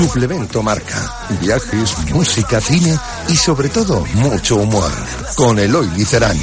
Suplemento Marca. Viajes, música, cine y sobre todo mucho humor. Con Eloy Licerán.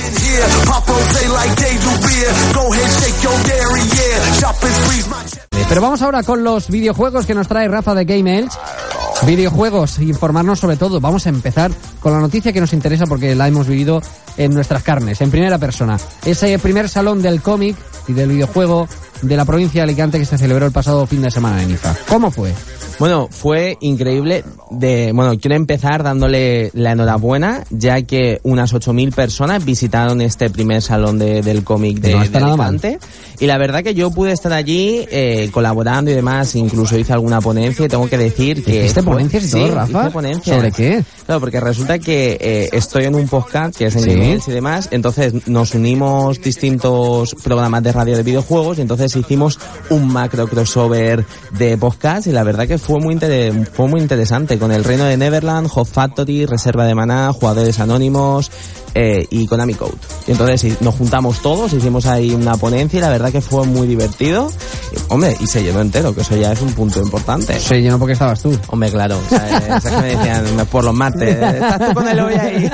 Pero vamos ahora con los videojuegos que nos trae Rafa de Game Elch. Videojuegos, informarnos sobre todo. Vamos a empezar con la noticia que nos interesa porque la hemos vivido en nuestras carnes, en primera persona. Ese primer salón del cómic y del videojuego de la provincia de Alicante que se celebró el pasado fin de semana en IFA. ¿Cómo fue? Bueno, fue increíble. Quiero empezar dándole la enhorabuena, ya que unas 8.000 personas visitaron este primer salón del cómic de Alicante. Y la verdad que yo pude estar allí colaborando y demás, incluso hice alguna ponencia y tengo que decir que... ¿Hiciste ponencias y todo, sí, Rafa? Hice ponencias. ¿Sobre qué? Claro, porque resulta que estoy en un podcast que es en Game y demás, entonces nos unimos distintos programas de radio de videojuegos y entonces hicimos un macro crossover de podcast y la verdad que fue muy interesante, con El Reino de Neverland, Hot Factory, Reserva de Maná, Jugadores Anónimos y Konami Code. Y entonces nos juntamos todos, hicimos ahí una ponencia y la verdad que fue muy divertido. Hombre, y se llenó entero, que eso ya es un punto importante. Se llenó porque estabas tú. Hombre, claro. O sea, esas que me decían por los martes, ¿estás tú con el hoy ahí?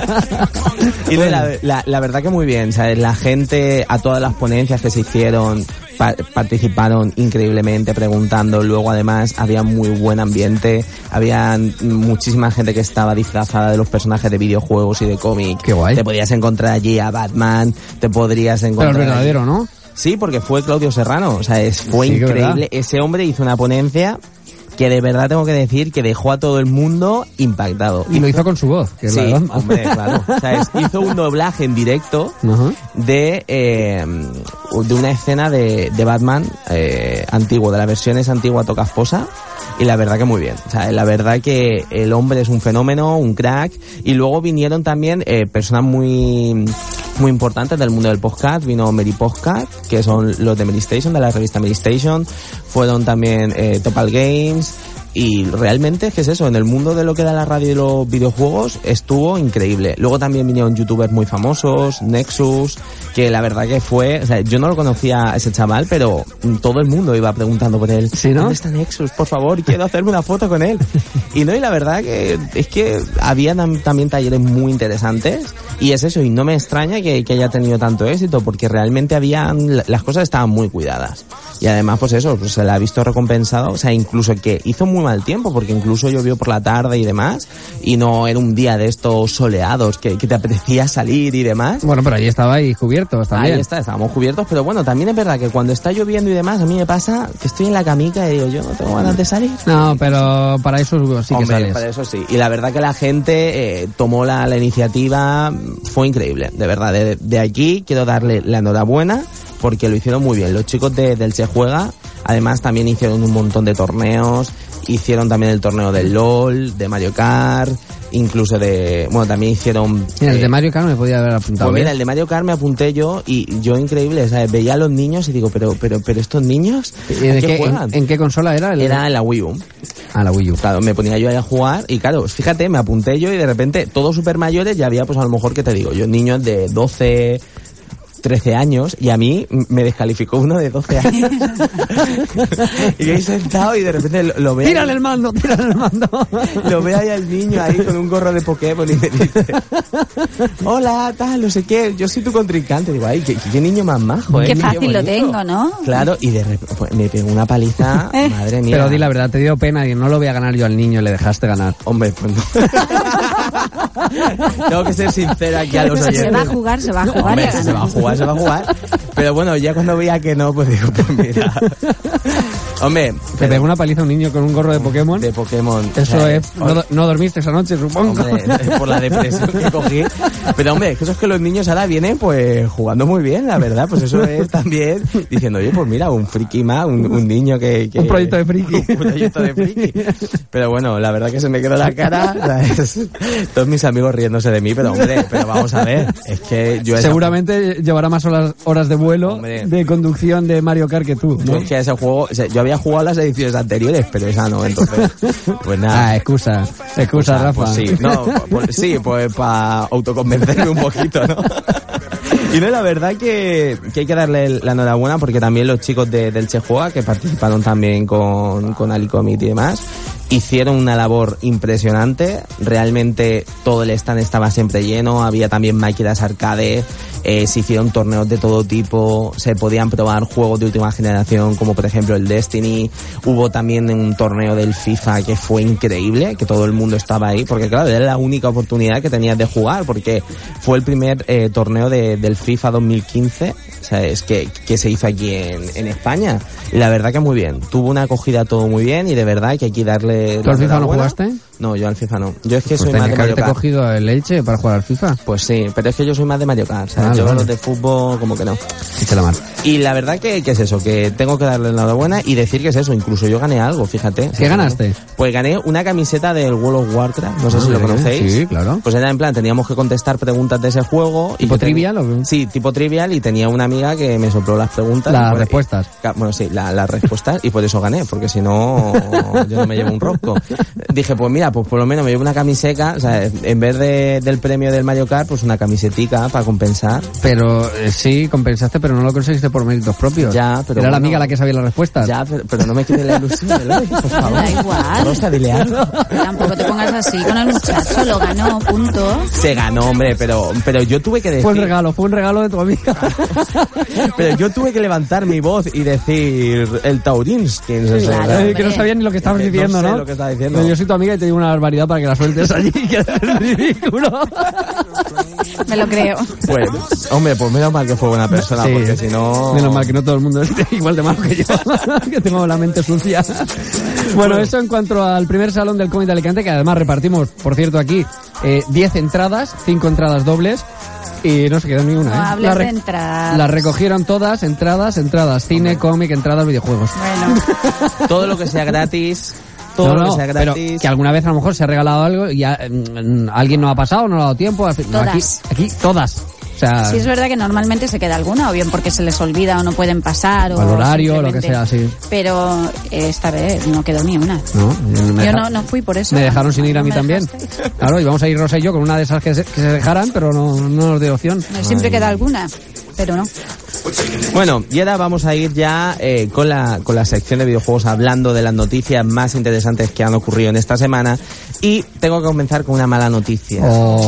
Y la verdad que muy bien, ¿sabes? La gente, a todas las ponencias que se hicieron, participaron increíblemente preguntando. Luego además había muy buen ambiente, había muchísima gente que estaba disfrazada de los personajes de videojuegos y de cómic. Qué guay. Te podías encontrar allí a Batman, te podrías encontrar... Pero el verdadero, ¿no? Sí, porque fue Claudio Serrano, o sea, fue increíble. Ese hombre hizo una ponencia que de verdad tengo que decir que dejó a todo el mundo impactado. Y lo hizo con su voz. Que es sí, la hombre, claro. O sea, hizo un doblaje en directo de una escena de Batman antiguo, de las versiones antigua Tocasposa. Y la verdad que muy bien. O sea, la verdad que el hombre es un fenómeno, un crack. Y luego vinieron también personas muy importantes del mundo del podcast. Vino Mary Podcast, que son los de Mary Station, de la revista Mary Station. Fueron también Topal Games. Y realmente es que es eso, en el mundo de lo que era la radio y los videojuegos estuvo increíble. Luego también vinieron youtubers muy famosos, Nexus, que la verdad que fue, o sea, yo no lo conocía a ese chaval, pero todo el mundo iba preguntando por él. ¿Sí, no? ¿Dónde está Nexus? Por favor, quiero hacerme una foto con él. Y la verdad que es que había también talleres muy interesantes y es eso, y no me extraña que haya tenido tanto éxito, porque realmente las cosas estaban muy cuidadas. Y además, pues eso, pues se la ha visto recompensado, o sea, incluso que hizo muy mal tiempo, porque incluso llovió por la tarde y demás, y no era un día de estos soleados que te apetecía salir y demás. Bueno, pero ahí estabais cubiertos también. Ahí estábamos cubiertos, pero bueno, también es verdad que cuando está lloviendo y demás, a mí me pasa que estoy en la camica y digo, yo no tengo ganas de salir. No, pero para eso sí que sales. Para eso sí. Y la verdad que la gente tomó la iniciativa, fue increíble, de verdad. De aquí quiero darle la enhorabuena, porque lo hicieron muy bien. Los chicos del Se Juega, además también hicieron un montón de torneos, hicieron también el torneo del LOL, de Mario Kart, incluso también hicieron... Mira, el de Mario Kart me podía haber apuntado. Pues mira, el de Mario Kart me apunté yo y yo increíble, ¿sabes? Veía a los niños y digo, pero estos niños, ¿a qué juegan? ¿En qué consola era? Era en la Wii U. Ah, la Wii U. Claro, me ponía yo ahí a jugar y claro, fíjate, me apunté yo y de repente todos super mayores, ya había pues a lo mejor, ¿qué te digo? Yo niños de 12... 13 años y a mí me descalificó uno de 12 años. Y yo ahí sentado y de repente lo veo. ¡Tírale el mando! Lo veo ahí al niño ahí con un gorro de Pokémon y me dice, hola, tal, no sé qué, yo soy tu contrincante. Digo, ay, qué niño más majo, Qué fácil lo tengo, ¿no? Claro, y de repente pues, me pegó una paliza, madre mía. Pero di la verdad, te dio pena y no lo voy a ganar yo al niño, le dejaste ganar. Hombre, pues no. Tengo que ser sincera aquí a los oyentes. Se va a jugar. Hombre, se va a jugar. Pero bueno, ya cuando veía que no, pues digo, pues mira. Hombre, ¿te pegó una paliza a un niño con un gorro de Pokémon? De Pokémon. Eso es. No dormiste esa noche, supongo. Hombre, por la depresión que cogí. Pero hombre, eso es que los niños ahora vienen pues jugando muy bien, la verdad. Pues eso es también diciendo, oye, pues mira, un friki más, un niño que... Un proyecto de friki. Un proyecto de friki. Pero bueno, la verdad que se me quedó la cara, ¿sabes? Todos mis amigos riéndose de mí, pero hombre, vamos a ver. Es que yo... Seguramente llevará más horas de vuelo, hombre, de conducción de Mario Kart que tú, ¿no? Es que ese juego... O sea, yo había jugado las ediciones anteriores, pero esa no, entonces... Pues nada. Excusa, Rafa. Pues sí, no, pues para autoconvencerme un poquito, ¿no? Y la verdad que hay que darle la enhorabuena, porque también los chicos del Che Juega, que participaron también con Ali Comic y demás, hicieron una labor impresionante. Realmente todo el stand estaba siempre lleno, había también máquinas arcade, se hicieron torneos de todo tipo, se podían probar juegos de última generación como por ejemplo el Destiny. Hubo también un torneo del FIFA que fue increíble, que todo el mundo estaba ahí, porque claro, era la única oportunidad que tenías de jugar, porque fue el primer torneo del FIFA 2015, ¿sabes? Que se hizo aquí en España, y la verdad que muy bien, tuvo una acogida todo muy bien, y de verdad que hay que darle... ¿Tú al FIFA no jugaste? No, yo al FIFA no. Yo es que pues soy más de Mario Kart. Cogido el Elche para jugar al FIFA? Pues sí, pero es que yo soy más de Mario Kart, ¿sabes? Yo los de fútbol como que no. Y la verdad que es eso, que tengo que darle la enhorabuena y decir que es eso, incluso yo gané algo, fíjate. ¿Qué ganaste? Pues gané una camiseta del World of Warcraft, no sé si lo conocéis. Sí, claro. Pues era en plan, teníamos que contestar preguntas de ese juego. ¿Tipo trivial o qué? Sí, tipo trivial, y tenía una amiga que me sopló las preguntas. Las respuestas. Bueno, sí, las respuestas, y por eso gané, porque si no, yo no me llevo un rosco. Dije, pues mira, pues por lo menos me llevo una camiseta, o sea, en vez del premio del Mario Kart, pues una camisetica para compensar. Pero sí, compensaste, pero no lo conseguiste por méritos propios. Ya, pero era la amiga la que sabía las respuestas. Ya, pero no me quite la ilusión, Eloy, por favor. Da igual. Rosa, dile algo. Tampoco te pongas así con el muchacho, lo ganó, punto. Se ganó, hombre, pero yo tuve que decir... Fue un regalo de tu amiga. Pero yo tuve que levantar mi voz y decir el Taurinsky. Sí, claro, que no sabía ni lo que estabas diciendo, ¿no? Sé lo que estaba diciendo. Pero yo soy tu amiga y te digo una barbaridad para que la sueltes allí, que es ridículo. Me lo creo. Pues, hombre, pues menos mal que fue buena persona, sí, porque si no... Menos mal que no todo el mundo esté igual de malo que yo, que tengo la mente sucia. Bueno, eso en cuanto al primer salón del cómic de Alicante, que además repartimos, por cierto, aquí 10 entradas, 5 entradas dobles, y no se quedó ni una. No hables de entradas. Las recogieron todas, entradas, cine, cómic, entradas, videojuegos. Bueno. Todo lo que sea gratis... Todo lo que sea gratis. Pero que alguna vez a lo mejor se ha regalado algo y alguien no ha pasado, no le ha dado tiempo. Todas. No, aquí todas. O sea, sí, es verdad que normalmente se queda alguna, o bien porque se les olvida o no pueden pasar. O al horario, o lo que sea, sí. Pero esta vez no quedó ni una. No, yo no fui por eso. Me dejaron sin ir a mí también. Claro, íbamos a ir Rosa y yo con una de esas que se dejaran, pero no nos dio opción. No, siempre queda alguna, pero no. Bueno, y ahora vamos a ir ya con la sección de videojuegos, hablando de las noticias más interesantes que han ocurrido en esta semana. Y tengo que comenzar con una mala noticia.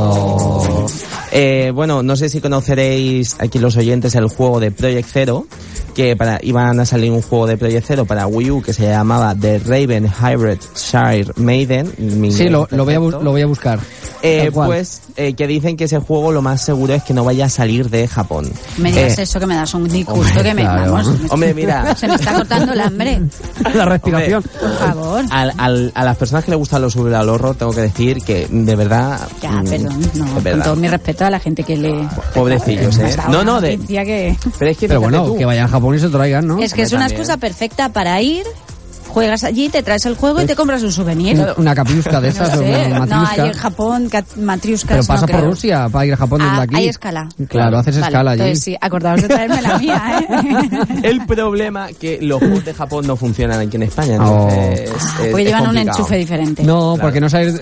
Bueno, no sé si conoceréis aquí los oyentes el juego de Project Zero, que iban a salir un juego de Project Zero para Wii U que se llamaba The Raven Hybrid Shire Maiden. Sí, lo voy a buscar. Pues que dicen que ese juego lo más seguro es que no vaya a salir de Japón. Me digas eso, que me das un disgusto, que me vamos. Hombre, mira. Se me está cortando el hambre. La respiración. Hombre, por favor. A las personas que les gusta lo sobre al horror, tengo que decir que de verdad... Ya, perdón, no, con todo mi respeto a la gente que le... Pobrecillos, No, que... Pero bueno, que vayan a Japón y se traigan, ¿no? Es que es una excusa perfecta para ir... Juegas allí, te traes el juego y te compras un souvenir. Una capiusca de esas, no sé, una no, matriusca. hay en Japón matriuscas. Pero pasa no por creo. Rusia para ir a Japón desde aquí. Hay escala. Claro, haces escala allí. Entonces sí, acordaos de traerme la mía, El problema que los juegos de Japón no funcionan aquí en España. Entonces porque llevan un complicado. enchufe diferente. No, porque no sabes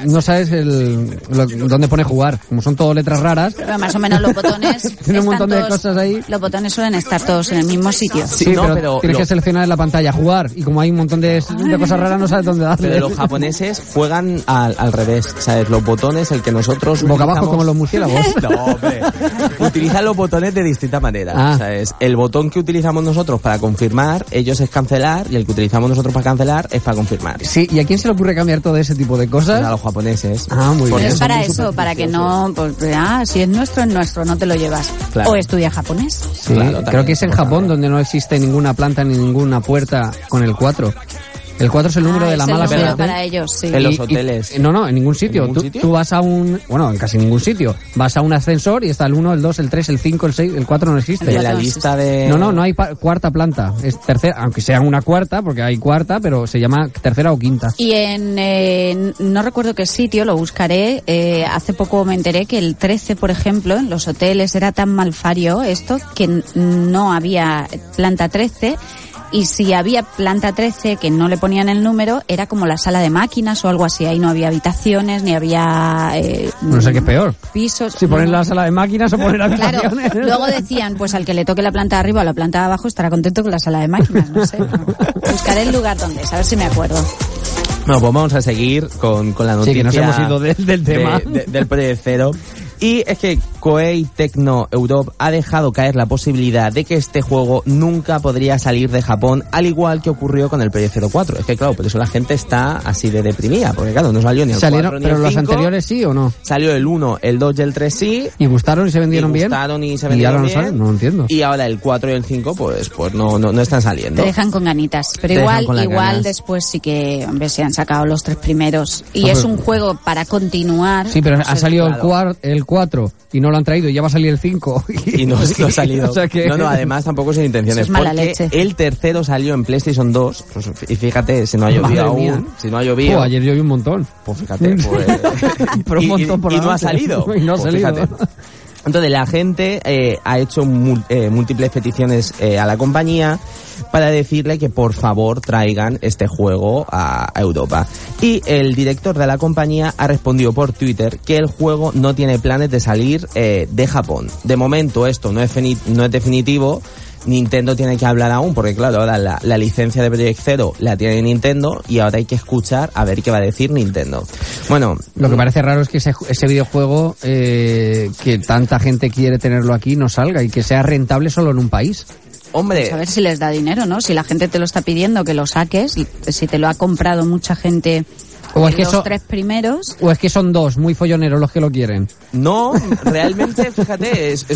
dónde pone jugar. Como son todo letras raras. Pero más o menos los botones. Tiene un montón de cosas ahí. Los botones suelen estar todos en el mismo sitio. Sí, no, pero tienes que seleccionar en la pantalla jugar. Y como hay un montón de cosas raras, no sabes dónde darle. Pero los japoneses juegan al revés, ¿sabes? Los botones, el que nosotros boca abajo como los murciélagos. No, hombre. Utilizan los botones de distinta manera, ¿sabes? El botón que utilizamos nosotros para confirmar, ellos es cancelar, y el que utilizamos nosotros para cancelar es para confirmar. Sí, ¿y a quién se le ocurre cambiar todo ese tipo de cosas? A los japoneses. Muy bien. Es para eso, para que no... Pues, si es nuestro, no te lo llevas. Claro. O estudia japonés. Sí, claro, creo que es en Japón donde no existe ninguna planta ni ninguna puerta con el 4. El 4 es el número de la mala suerte. Para ellos, sí. En los hoteles. No, en ningún sitio. Tú vas a en casi ningún sitio. Vas a un ascensor y está el 1, el 2, el 3, el 5, el 6, el 4 no existe. En la lista de... No hay cuarta planta. Es tercera, aunque sea una cuarta, porque hay cuarta, pero se llama tercera o quinta. Y no recuerdo qué sitio, lo buscaré. Hace poco me enteré que el 13, por ejemplo, en los hoteles era tan malfario esto que no había planta 13. Y si había planta 13 que no le ponían el número, era como la sala de máquinas o algo así. Ahí no había habitaciones, ni había... no sé qué es peor. Pisos. Si ponen la sala de máquinas o ponen habitaciones. Claro, luego decían, pues al que le toque la planta de arriba o la planta de abajo estará contento con la sala de máquinas, no sé. Buscaré el lugar donde es, a ver si me acuerdo. Bueno, pues vamos a seguir con la noticia. Sí, que nos hemos ido del tema. Del Project Zero. Y es que Koei Tecno Europe ha dejado caer la posibilidad de que este juego nunca podría salir de Japón, al igual que ocurrió con el Project Zero 4. Es que claro, por eso la gente está así de deprimida, porque claro, no salió ni el 4 ni el 5. ¿Pero los anteriores sí o no? Salió el 1, el 2 y el 3 sí. ¿Y gustaron y se vendieron bien? Gustaron y se vendieron bien. ¿Y ahora no lo entiendo? Y ahora el 4 y el 5 pues no están saliendo. Te dejan con ganitas, pero igual después sí que, hombre, se han sacado los 3 primeros. Y es un juego para continuar. Sí, pero ha salido el 4 y no lo han traído, y ya va a salir el 5. Y no ha salido. O sea que... No, además tampoco sin intenciones. Es mala porque leche. El tercero salió en PlayStation 2. Pues, y fíjate, si no ha llovido aún. Si no ha llovido. Ayer llovió un montón. Pues fíjate, pues. Pero un montón por la y no ha noche. salido. Y no ha pues salido. fíjate. Entonces la gente ha hecho múltiples peticiones a la compañía para decirle que por favor traigan este juego a Europa. Y el director de la compañía ha respondido por Twitter que el juego no tiene planes de salir de Japón. De momento esto no es definitivo. Nintendo tiene que hablar aún, porque claro, ahora la licencia de Project Zero la tiene Nintendo y ahora hay que escuchar a ver qué va a decir Nintendo. Bueno, lo que parece raro es que ese videojuego que tanta gente quiere tenerlo aquí no salga y que sea rentable solo en un país. Hombre, pues a ver si les da dinero, ¿no? Si la gente te lo está pidiendo que lo saques, si te lo ha comprado mucha gente... O es que los 3 primeros. O es que son 2 muy folloneros los que lo quieren. No, realmente, fíjate, es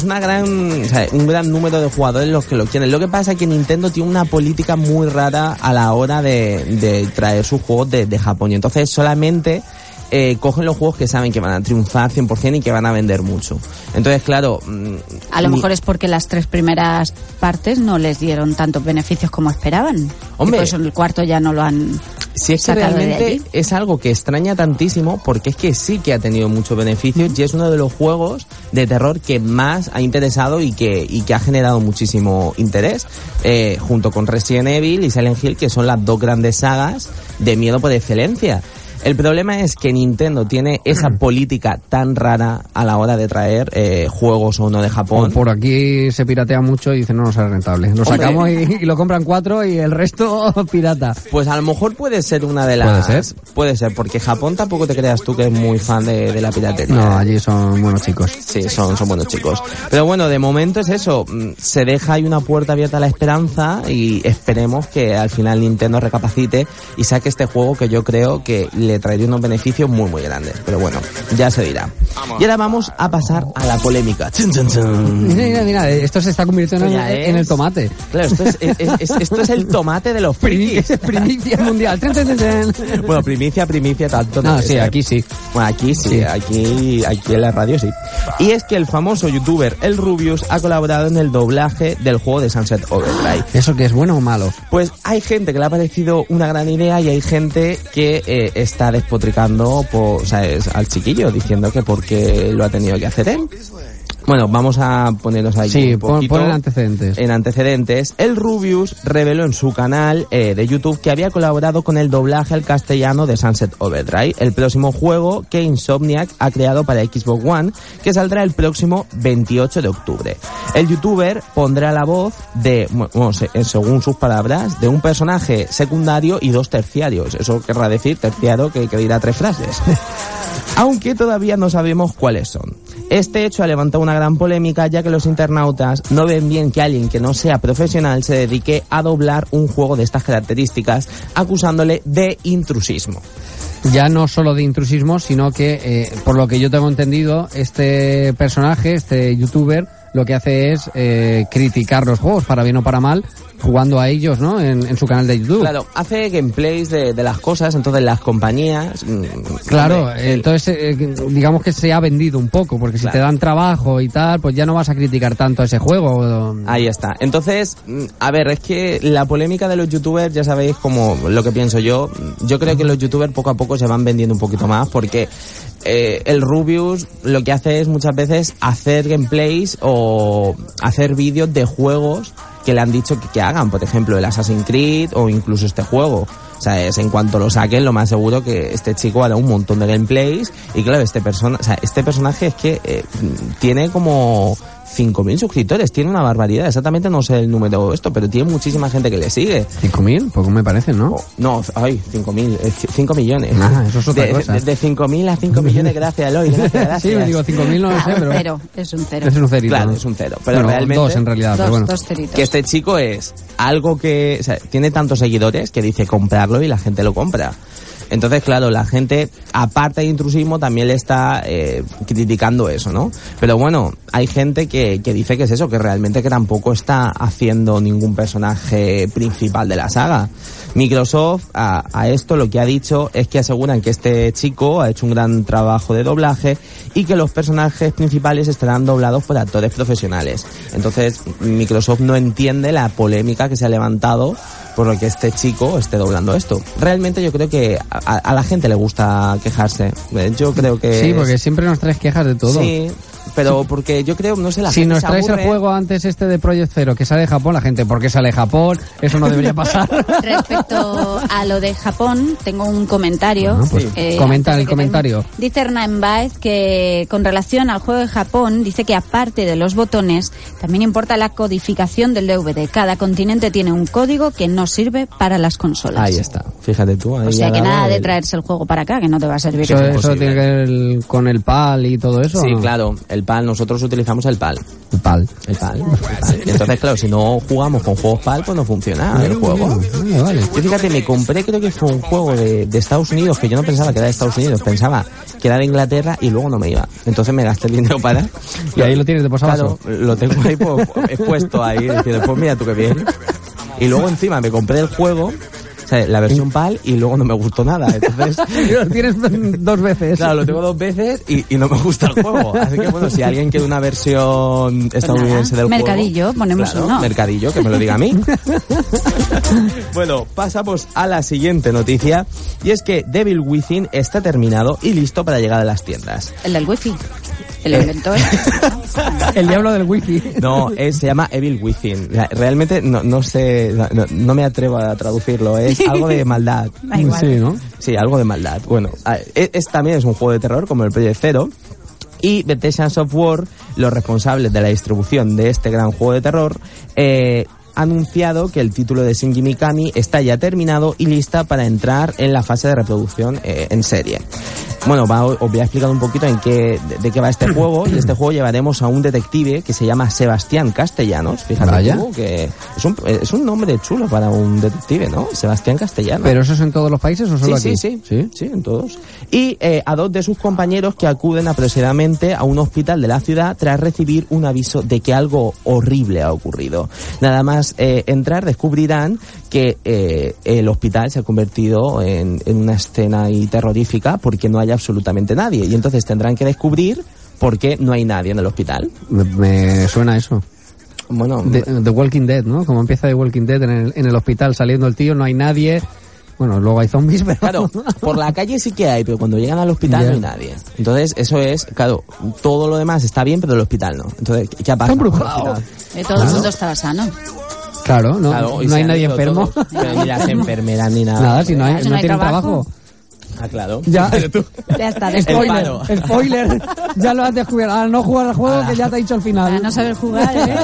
un gran número de jugadores los que lo quieren. Lo que pasa es que Nintendo tiene una política muy rara a la hora de traer sus juegos de Japón. Y entonces solamente cogen los juegos que saben que van a triunfar 100% y que van a vender mucho. Entonces, claro... a lo mejor es porque las 3 primeras partes no les dieron tantos beneficios como esperaban. Hombre, y por eso en el cuarto ya no lo han... Si es que realmente es algo que extraña tantísimo, porque es que sí que ha tenido muchos beneficios y es uno de los juegos de terror que más ha interesado y que ha generado muchísimo interés, junto con Resident Evil y Silent Hill, que son las 2 grandes sagas de miedo por excelencia. El problema es que Nintendo tiene esa política tan rara a la hora de traer juegos o no de Japón. O por aquí se piratea mucho y dicen no es rentable. Lo sacamos y lo compran 4 y el resto pirata. Pues a lo mejor puede ser una de las... Puede ser, porque Japón tampoco te creas tú que es muy fan de la piratería. No, allí son buenos chicos. Sí, son buenos chicos. Pero bueno, de momento es eso. Se deja ahí una puerta abierta a la esperanza y esperemos que al final Nintendo recapacite y saque este juego que yo creo que le traería unos beneficios muy muy grandes, pero bueno, ya se dirá. Y ahora vamos a pasar a la polémica. Mira, esto se está convirtiendo en el tomate. Claro, esto es el tomate de los frikis. Primicia mundial. Bueno, primicia tanto. No, sí, aquí sí. Bueno, aquí sí. Aquí en la radio sí. Y es que el famoso youtuber El Rubius ha colaborado en el doblaje del juego de Sunset Overdrive. ¿Eso qué es, bueno o malo? Pues hay gente que le ha parecido una gran idea y hay gente que está despotricando al chiquillo, diciendo que porque lo ha tenido que hacer él. Bueno, vamos a ponernos ahí un poquito en antecedentes. En antecedentes, el Rubius reveló en su canal de YouTube que había colaborado con el doblaje al castellano de Sunset Overdrive, el próximo juego que Insomniac ha creado para Xbox One, que saldrá el próximo 28 de octubre. El youtuber pondrá la voz de, según sus palabras, de un personaje secundario y 2 terciarios. Eso querrá decir terciario que dirá 3 frases. Aunque todavía no sabemos cuáles son. Este hecho ha levantado una gran polémica, ya que los internautas no ven bien que alguien que no sea profesional se dedique a doblar un juego de estas características, acusándole de intrusismo. Ya no solo de intrusismo, sino que, por lo que yo tengo entendido, este personaje, este youtuber, lo que hace es criticar los juegos, para bien o para mal, jugando a ellos, ¿no? En su canal de YouTube. Claro, hace gameplays de las cosas, entonces las compañías... Claro, entonces digamos que se ha vendido un poco, porque si te dan trabajo y tal, pues ya no vas a criticar tanto ese juego. Ahí está. Entonces, a ver, es que la polémica de los youtubers, ya sabéis como lo que pienso yo creo que los youtubers poco a poco se van vendiendo un poquito más, porque el Rubius lo que hace es muchas veces hacer gameplays o hacer vídeos de juegos que le han dicho que hagan, por ejemplo el Assassin's Creed o incluso este juego. O sea, en cuanto lo saquen, lo más seguro que este chico hará un montón de gameplays y claro, este personaje es que tiene como 5.000 suscriptores, tiene una barbaridad, exactamente no sé el número pero tiene muchísima gente que le sigue. 5.000, poco me parece, ¿no? No, 5.000, 5 millones. Eso es otra cosa. De 5.000 a 5 millones, gracias, Eloy, gracias. Sí, me digo 5.000, no lo sé, pero... Cero, es un cero. Es un cerito. Claro, ¿no? es un cero. Pero bueno, realmente... 2 en realidad, pero bueno. 2 ceritos. Que este chico es algo que... O sea, tiene tantos seguidores que dice comprarlo y la gente lo compra. Entonces, claro, la gente, aparte de intrusismo, también le está criticando eso, ¿no? Pero bueno, hay gente que dice que es eso, que realmente que tampoco está haciendo ningún personaje principal de la saga. Microsoft a esto lo que ha dicho es que aseguran que este chico ha hecho un gran trabajo de doblaje y que los personajes principales estarán doblados por actores profesionales. Entonces, Microsoft no entiende la polémica que se ha levantado por lo que este chico esté doblando esto. Realmente yo creo que a la gente le gusta quejarse. Yo creo que... Sí, porque siempre nos traes quejas de todo. Sí, pero porque yo creo, no sé, la si gente nos se traes aburre. el juego antes de Project Zero, que sale de Japón, la gente, ¿por qué sale de Japón? Eso no debería pasar. Respecto a lo de Japón, tengo un comentario. Bueno, pues comenta el comentario. Dice Hernán Baez que con relación al juego de Japón, dice que aparte de los botones, también importa la codificación del DVD. Cada continente tiene un código que no sirve para las consolas. Ahí está, fíjate tú. Ahí O sea ha que dado nada de el- traerse el juego para acá, que no te va a servir. Eso tiene que ver con el PAL y todo eso. Sí, ¿o no? claro, el PAL, nosotros utilizamos el PAL. El PAL. El PAL. Y entonces, claro, si no jugamos con juegos PAL, pues no funciona el juego. Vale. Yo fíjate, me compré, creo que fue un juego de Estados Unidos, que yo no pensaba que era de Estados Unidos, pensaba que era de Inglaterra y luego no me iba. Entonces me gasté el dinero para... Y ahí lo tienes de posavasos. Claro, lo tengo ahí pues, expuesto ahí, diciendo, pues mira tú que bien. Y luego encima me compré el juego, o sea, la versión PAL, y luego no me gustó nada. Entonces... Lo tienes 2 veces. Claro, lo tengo 2 veces y no me gusta el juego. Así que bueno, si alguien quiere una versión estadounidense del Mercadillo, juego... ponemos claro, uno. Mercadillo, que me lo diga a mí. Bueno, pasamos a la siguiente noticia. Y es que Devil Within está terminado y listo para llegar a las tiendas. El del wifi. El inventó él. El diablo del wifi. No, se llama Evil Within. Realmente no sé, no me atrevo a traducirlo. Es algo de maldad. Da igual. Sí, ¿no? Sí, algo de maldad. Bueno, también es un juego de terror como el Project Zero. Y Bethesda Software, los responsables de la distribución de este gran juego de terror, ha anunciado que el título de Shinji Mikami está ya terminado y lista para entrar en la fase de reproducción en serie. Bueno, os voy a explicar un poquito de qué va este juego. Y este juego llevaremos a un detective que se llama Sebastián Castellanos. Fíjate Vaya. tú, que es un nombre chulo para un detective, ¿no? Sebastián Castellanos. ¿Pero eso es en todos los países o solo aquí? Sí, en todos. Y a 2 de sus compañeros que acuden aproximadamente a un hospital de la ciudad tras recibir un aviso de que algo horrible ha ocurrido. Nada más entrar descubrirán que el hospital se ha convertido en una escena ahí terrorífica porque no hay absolutamente nadie. Y entonces tendrán que descubrir por qué no hay nadie en el hospital. Me suena eso. Bueno, The Walking Dead, ¿no? Como empieza The Walking Dead en el hospital saliendo el tío, no hay nadie. Bueno, luego hay zombies, pero... claro, por la calle sí que hay, pero cuando llegan al hospital no hay nadie. Entonces, eso es, claro, todo lo demás está bien, pero el hospital no. Entonces, ¿qué ha pasado? Está embrujado. Todo el mundo estaba sano. Claro, no, Claro, y no se hay han nadie ido enfermo. todos, pero ni las enfermeras ni nada. Nada, si no hay, Si no no hay tienen trabajo. trabajo. Ah, claro. Ya, Ya está, El spoiler, paro. spoiler, ya lo has descubierto. Al no jugar al juego, que ya te ha dicho al Para final. no saber jugar, ¿eh?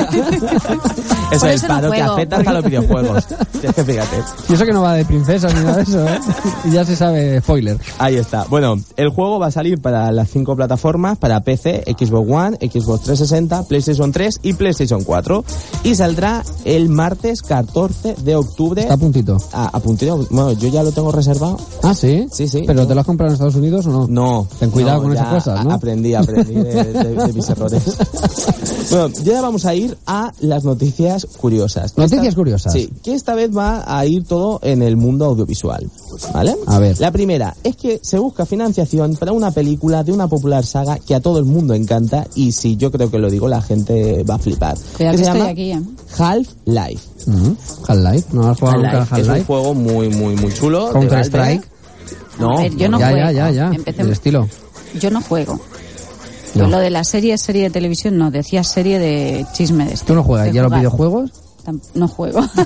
Eso Por es eso el no paro que juego. afecta hasta los videojuegos. Es que fíjate. Y eso que no va de princesas ni nada de eso, ¿eh? Y ya se sabe, spoiler. Ahí está. Bueno, el juego va a salir para las 5 plataformas, para PC, Xbox One, Xbox 360, PlayStation 3 y PlayStation 4. Y saldrá el martes 14 de octubre. Está a puntito. A puntito. Bueno, yo ya lo tengo reservado. Ah, ¿sí? Sí. ¿Pero te lo has comprado en Estados Unidos o no? No. Ten cuidado con ya esas cosas, ¿no? Aprendí de mis errores. Bueno, ya vamos a ir a las noticias curiosas. Noticias curiosas. Sí, que esta vez va a ir todo en el mundo audiovisual, ¿vale? A ver. La primera es que se busca financiación para una película de una popular saga que a todo el mundo encanta y si yo creo que lo digo la gente va a flipar. Cuidado que que se estoy llama aquí, ¿eh? Half-Life. Half-Life, ¿no has jugado nunca al Half-Life. Es un Half-Life? juego muy chulo. de Counter-Strike. Valve. No, A ver, yo no ya, juego. ya. Empecemos. El estilo. Yo no juego. No. Lo de la serie de televisión, no, decía serie de chisme de esto. ¿Tú no juegas De ya los jugar. videojuegos? no juego. Al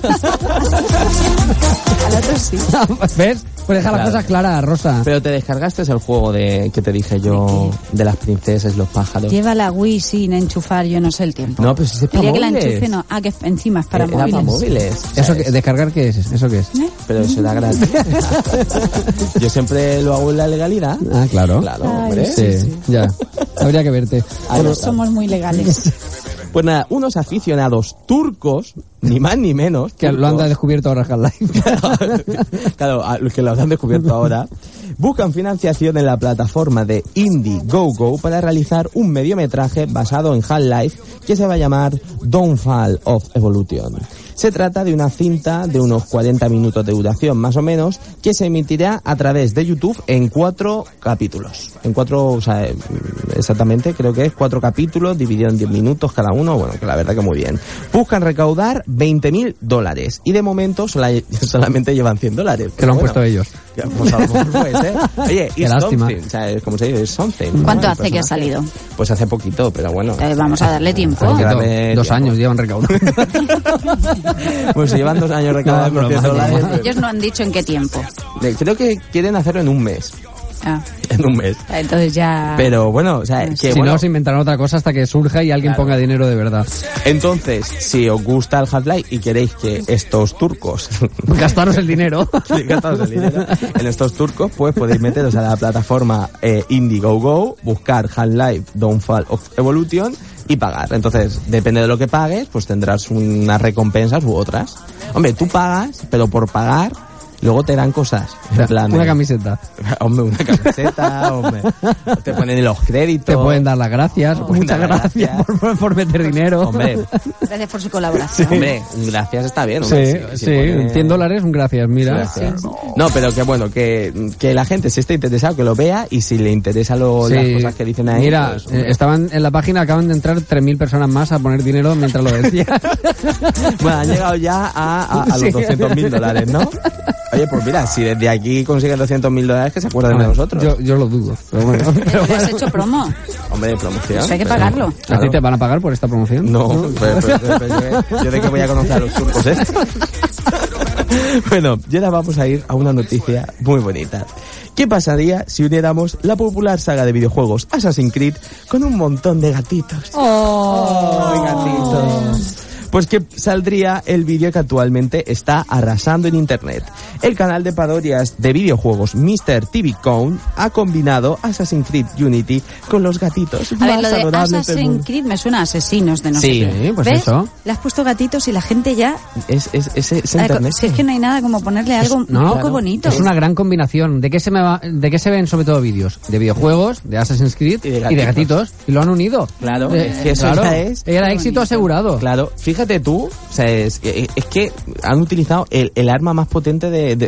otro sí. ¿Ves? Pues deja las cosas claras, Rosa. Pero te descargaste el juego que te dije yo, de las princesas, los pájaros. Lleva la Wii sin enchufar, yo no sé el tiempo. No, pero si es para móviles. Que la enchufe no. Que encima es para móviles. Para móviles. ¿Eso ¿Descargar qué es? ¿Eso qué es? Pero eso da gratis. Yo siempre lo hago en la legalidad. Ah, claro. Claro, hombre. Sí. Ya. Habría que verte. Bueno, somos muy legales. Pues nada, unos aficionados turcos, ni más ni menos. Que lo han descubierto ahora Half-Life. Claro, los que lo han descubierto ahora. Buscan financiación en la plataforma de Indiegogo para realizar un mediometraje basado en Half-Life que se va a llamar Downfall of Evolution. Se trata de una cinta de unos 40 minutos de duración, más o menos, que se emitirá a través de YouTube en 4 capítulos. Exactamente, creo que es 4 capítulos, divididos en 10 minutos cada uno. Bueno, que la verdad que muy bien. Buscan recaudar $20,000 y de momento solamente llevan $100. Que lo han puesto ellos. Pues a lo mejor puede ser. Oye, it's something. O sea, como se dice, it's something. ¿Cuánto hace que ha salido? Pues hace poquito, pero bueno. Vamos a darle tiempo. 2 años llevan recaudando. Pues se llevan 2 años recaudando $100. Ellos no han dicho en qué tiempo. Creo que quieren hacerlo en un mes. En un mes. Entonces ya... Pero bueno, o sea, que si no, se inventarán otra cosa hasta que surja y alguien ponga dinero de verdad. Entonces, si os gusta el Half-Life y queréis que estos turcos... gastaros el dinero. En estos turcos, pues podéis meteros a la plataforma Indiegogo, buscar Half-Life Downfall of Evolution y pagar. Entonces, depende de lo que pagues, pues tendrás unas recompensas u otras. Hombre, tú pagas, pero por pagar... Luego te dan cosas. En plan, una camiseta. Hombre, una camiseta, hombre. Te ponen los créditos. Te pueden dar las gracias. Muchas gracias por meter dinero. Hombre. Gracias por su colaboración. Sí. Hombre, gracias está bien. Sí, hombre, sí. $100, un gracias, mira. Sí. No, pero que bueno, que la gente si está interesado que lo vea y si le interesa las cosas que dicen ahí. Mira, pues, estaban en la página, acaban de entrar 3.000 personas más a poner dinero mientras lo decía. Bueno, han llegado ya a los $200,000, ¿no? Oye, pues mira, si desde aquí consiguen $200,000, que se acuerden de nosotros. Yo lo dudo, pero bueno. ¿Pero has hecho promo? Hombre, promoción. Pues hay que pagarlo. ¿A ti te van a pagar por esta promoción? No, yo de que voy a conocer a los turcos, ¿eh? Bueno, y ahora vamos a ir a una noticia muy bonita. ¿Qué pasaría si uniéramos la popular saga de videojuegos Assassin's Creed con un montón de gatitos? ¡Oh, gatitos! Pues que saldría el vídeo que actualmente está arrasando en internet. El canal de parodias de videojuegos Mr. TV Count ha combinado Assassin's Creed Unity con los gatitos más lo de adorables del Assassin's mundo. Creed me suena a asesinos de no sé Sí, qué. pues ¿ves? eso. Le has puesto gatitos y la gente ya... Es internet. Si es que no hay nada como ponerle algo un poco bonito. Es una gran combinación. ¿De qué se ven sobre todo vídeos? De videojuegos, de Assassin's Creed y de gatitos. Y lo han unido. Claro, que eso claro, ya es... Era éxito asegurado. Claro, fíjate tú, o sea, es que han utilizado el arma más potente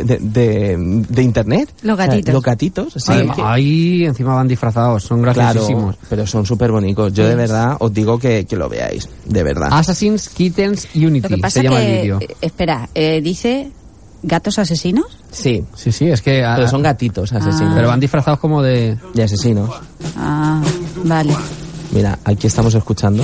de internet. Los gatitos. O sea, los gatitos. Sí, ahí encima van disfrazados, son graciosísimos. Claro, pero son súper bonitos. Yo de verdad os digo que lo veáis, de verdad. Assassin's Kittens Unity Lo que pasa se llama el que, vídeo. Espera, dice gatos asesinos. Sí, Sí, es que... pero son gatitos asesinos. Pero van disfrazados como de asesinos. Ah, vale. Mira, aquí estamos escuchando.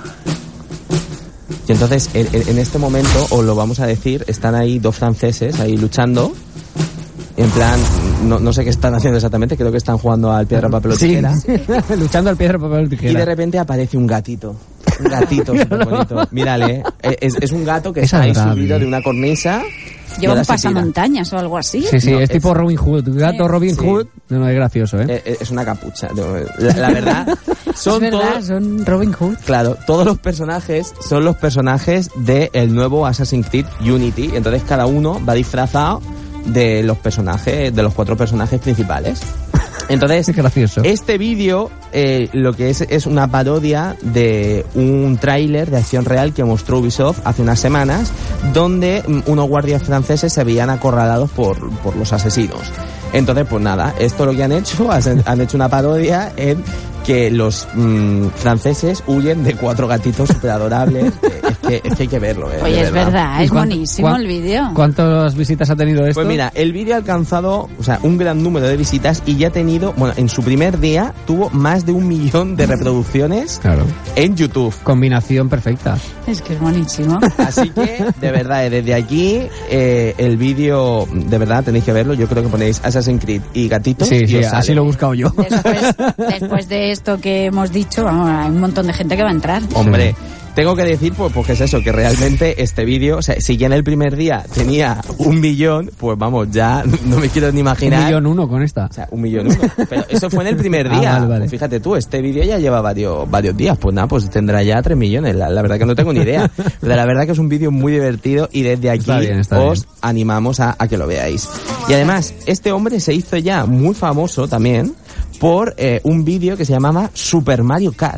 Y entonces, en este momento, os lo vamos a decir, están ahí 2 franceses ahí luchando. En plan, no sé qué están haciendo exactamente, creo que están jugando al piedra, papel o tijera. Luchando al piedra, papel o tijera. Y de repente aparece un gatito. Un gatito súper bonito. Mírale, es un gato que está ahí adorable. subido de una cornisa. Lleva un se tira. pasamontañas o algo así. Sí, No, es tipo Robin Hood. Gato Robin Sí. Hood. No, es gracioso, ¿eh? Es una capucha. La verdad, son es verdad, todos... son Robin Hood. Claro, todos los personajes son los personajes del nuevo Assassin's Creed Unity. Entonces cada uno va disfrazado de los personajes, de los 4 personajes principales. Entonces, Es gracioso. este vídeo lo que es una parodia de un tráiler de acción real que mostró Ubisoft hace unas semanas, donde unos guardias franceses se veían acorralados por los asesinos. Entonces, pues nada, esto lo que han hecho hecho una parodia en que los franceses huyen de 4 gatitos súper adorables. Es que hay que verlo. Oye, es verdad, es ¿Y buenísimo el vídeo. ¿Cuántas visitas ha tenido esto? Pues mira, el vídeo ha alcanzado, o sea, un gran número de visitas y ya ha tenido, bueno, en su primer día tuvo más de 1 millón de reproducciones Claro. en YouTube. Combinación perfecta. Es que es buenísimo. Así que, de verdad, desde aquí, el vídeo, de verdad, tenéis que verlo. Yo creo que ponéis Assassin's Creed y gatitos. Sí, y os sale. así lo he buscado yo. Después de esto que hemos dicho, vamos, hay un montón de gente que va a entrar. Hombre, tengo que decir, pues que es eso, que realmente este vídeo, o sea, si ya en el primer día tenía 1 millón, pues vamos, ya no me quiero ni imaginar. 1.1 con esta. O sea, 1.1. Pero eso fue en el primer día. Vale. Pues fíjate tú, este vídeo ya lleva varios días. Pues nada, pues tendrá ya 3 millones. La verdad que no tengo ni idea. Pero la verdad que es un vídeo muy divertido y desde aquí Está bien. animamos a que lo veáis. Y además, este hombre se hizo ya muy famoso también por un vídeo que se llamaba Super Mario Cat.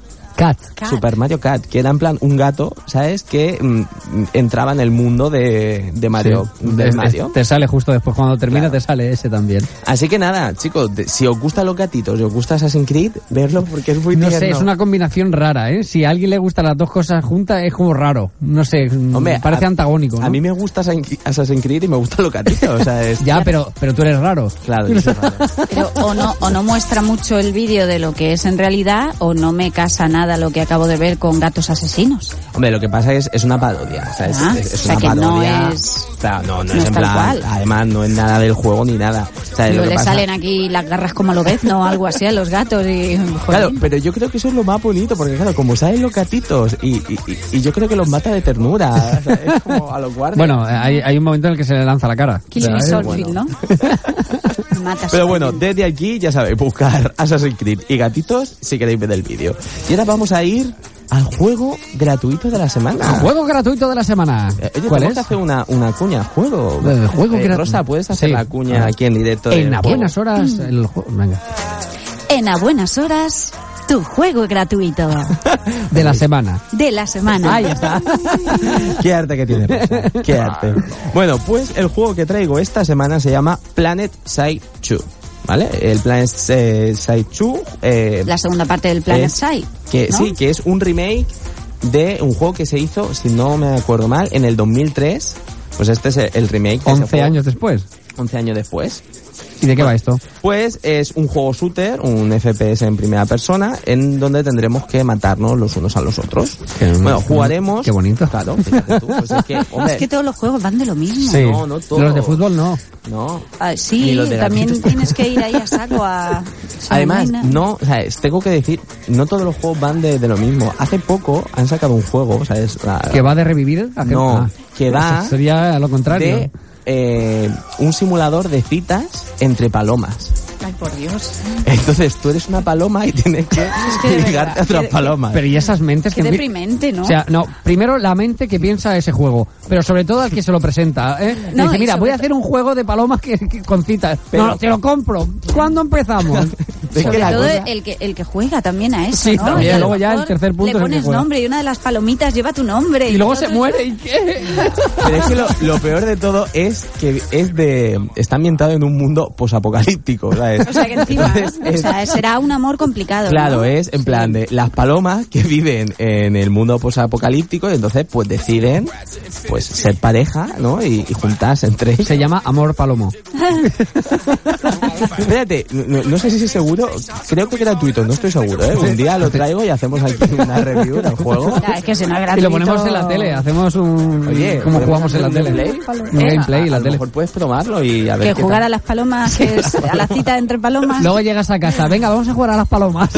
Super Mario Cat, que era en plan un gato, ¿sabes? Que entraba en el mundo de Mario. Sí. De Mario. Te sale justo después, cuando termina, Claro. te sale ese también. Así que nada, chicos, si os gustan los gatitos y os gusta Assassin's Creed, verlo porque es muy No tierno. sé, es una combinación rara, ¿eh? Si a alguien le gustan las dos cosas juntas, es como raro. No sé, Hombre, parece antagónico, ¿no? A mí me gusta Assassin's Creed y me gustan los gatitos, o sea, es... Ya, pero tú eres raro. Claro, yo soy raro. Pero o no muestra mucho el vídeo de lo que es en realidad, o no me casa nada lo que acabo de ver con gatos asesinos. Hombre, lo que pasa es una parodia, o sea, es O sea, una que no parodia. es- Claro, no no es es en tal plan, cual. además no es nada del juego ni nada. O sea, Digo, lo que le pasa... salen aquí las garras como lo ves, ¿no? Algo así a los gatos y... Claro, jolín. pero yo creo que eso es lo más bonito, porque claro, como salen los gatitos y yo creo que los mata de ternura, o sea, es como a los guardias. Bueno, hay un momento en el que se le lanza la cara. Killing me ¿Sabes? Soulfield, ¿no? Mata Pero Soulfield. bueno, desde aquí, ya sabéis, buscar Assassin's Creed y gatitos si queréis ver el vídeo. Y ahora vamos a ir al juego gratuito de la semana. Juego gratuito de la semana. Oye, ¿Cuál tenemos es? que hacer una cuña. Juego. Juego gratuito. Rosa, ¿puedes hacer Sí. la cuña aquí en directo? del En a juego? buenas horas el juego. Venga. En a buenas horas, tu juego gratuito De la semana. de la semana. Ahí está. Qué arte que tiene Rosa. Qué arte. Bueno, pues el juego que traigo esta semana se llama Planet Side 2. ¿Vale? El Planet Side 2. La segunda parte del Planet es- Side. Que ¿no? sí, que es un remake de un juego que se hizo, si no me acuerdo mal, en el 2003. Pues este es el remake. de ese 11 juego. años después. 11 años después. ¿Y de qué va esto? Pues es un juego shooter, un FPS en primera persona, en donde tendremos que matarnos los unos a los otros. Bueno, jugaremos... Qué bonito. Claro, fíjate tú, pues es que, hombre, Es que todos los juegos van de lo mismo. Sí. No, no todos. Los de fútbol no. no. Ah, Ni sí, los de también gatitos. tienes que ir ahí a saco a... Además, Salina. no, o sea, tengo que decir, no todos los juegos van de lo mismo. Hace poco han sacado un juego, o sea, es ¿Que va de revivir? ¿A qué? No, Ah. que va Sería lo contrario. de un simulador de citas entre palomas. Ay, por Dios. Entonces tú eres una paloma y tienes que, que de ligarte verdad, a otras que- palomas. Pero y esas mentes Qué que... deprimente, ¿no? O sea, no, primero la mente que piensa ese juego, pero sobre todo al que se lo presenta, ¿eh? No, Dice, y mira, sobre voy a hacer un juego de palomas que con citas. Pero- No, te lo compro. ¿Cuándo empezamos? Es Sobre que la todo cosa- el que juega también a eso, Sí, ¿no? también. Y a lo Luego ya el mejor tercer punto le es el que pones juega. nombre y una de las palomitas lleva tu nombre. Y luego todo se eso- muere, ¿y qué? Pero es que lo peor de todo es que está ambientado en un mundo posapocalíptico, ¿sabes? O sea, que encima, Entonces, o sea, será un amor complicado, claro, ¿no? es en plan de las palomas que viven en el mundo posapocalíptico y entonces pues deciden pues ser pareja, ¿no? Y juntarse entre ellos. Se llama Amor Palomo. Espérate, no sé si es seguro, creo que es gratuito, no estoy seguro, ¿eh? Un día lo traigo y hacemos aquí una review del juego. Ya, es que si no es Y gratuito... lo ponemos en la tele, hacemos un... Oye, como ¿podemos jugamos en la hacer un tele. gameplay? Un gameplay en la A lo tele. mejor puedes probarlo y a ver Que qué jugar tal. a las palomas, que es a la cita entre palomas... Luego llegas a casa, venga, vamos a jugar a las palomas.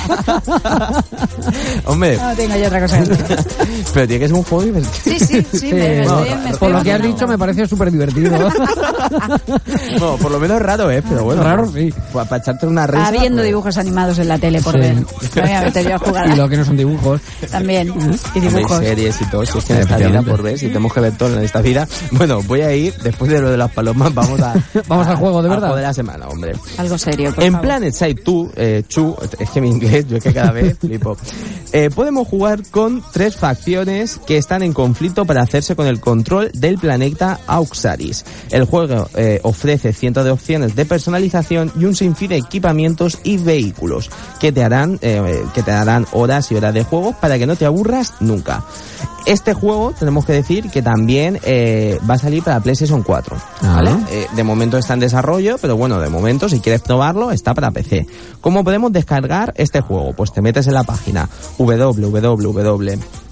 Hombre, No tengo yo otra cosa que decir. pero tiene que ser un juego divertido. Sí, sí, sí, me bueno, estoy por lo que has imaginando. dicho me parece súper divertido. Bueno, por lo menos raro es, pero bueno. Raro, sí. Para echarte una risa. Habiendo pues, dibujos animados en la tele por Sí. ver. Me voy a meter yo a jugar. Y lo que no son dibujos. También. Y hombre, dibujos. series y todo, si es que en esta vida Efectivamente. por ver, si tenemos que ver todo en esta vida. Bueno, voy a ir, después de lo de las palomas, vamos Vamos al juego, de verdad. Al juego de la semana, hombre. Algo serio, por En favor. Planet Side 2, es que mi inglés, yo es que cada vez flipo. Podemos jugar con 3 facciones que están en conflicto para hacerse con el control del planeta Auxaris. El juego ofrece cientos de opciones de personalización y un sinfín de equipamientos y vehículos que te darán horas y horas de juego para que no te aburras nunca. Este juego, tenemos que decir que también va a salir para PlayStation 4, ¿vale? De momento está en desarrollo, pero bueno, de momento, si quieres probarlo, está para PC. ¿Cómo podemos descargar este juego? Pues te metes en la página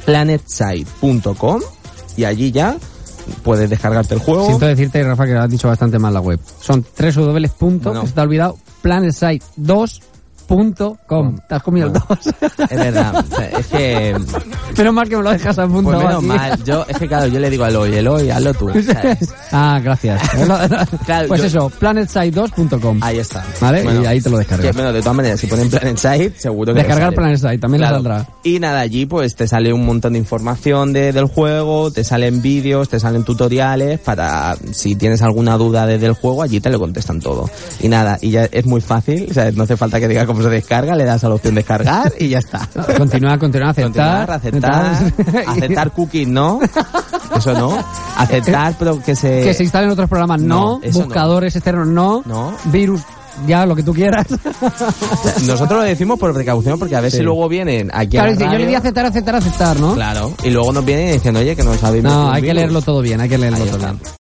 planetside.com y allí ya puedes descargarte el juego. Siento decirte, Rafa, que lo has dicho bastante mal la web. Son www. Bueno. Que se te ha olvidado, planetside2.com. Te has comido el 2. Es verdad, o sea, es que... Menos mal que me lo dejas apuntado. Pues menos aquí. mal, es que claro, yo le digo a Eloy, hazlo tú, ¿sabes? Ah, gracias. Claro, pues eso, planetside2.com. Ahí está. ¿Vale? Bueno, y ahí te lo descargas. Que, bueno, de todas maneras, si ponen Planetside, seguro que Descargar les sale. Planetside, también Claro. le saldrá. Y nada, allí pues te sale un montón de información del juego, te salen vídeos, te salen tutoriales para, si tienes alguna duda del juego, allí te lo contestan todo. Y nada, y ya es muy fácil, o sea, no hace falta que diga cómo se descarga, le das a la opción descargar y ya está. Continúa, aceptar. Aceptar cookies, ¿no? Eso no. Aceptar, pero que se instalen otros programas, no. eso Buscadores externos, no. Virus, ya lo que tú quieras. Nosotros lo decimos por precaución, porque a ver si luego vienen aquí Claro, a la dice, yo radio. le di aceptar, ¿no? Claro. Y luego nos vienen diciendo, oye, que nos habéis No, metido un hay que virus. leerlo todo bien, hay que leerlo Ahí todo está. bien.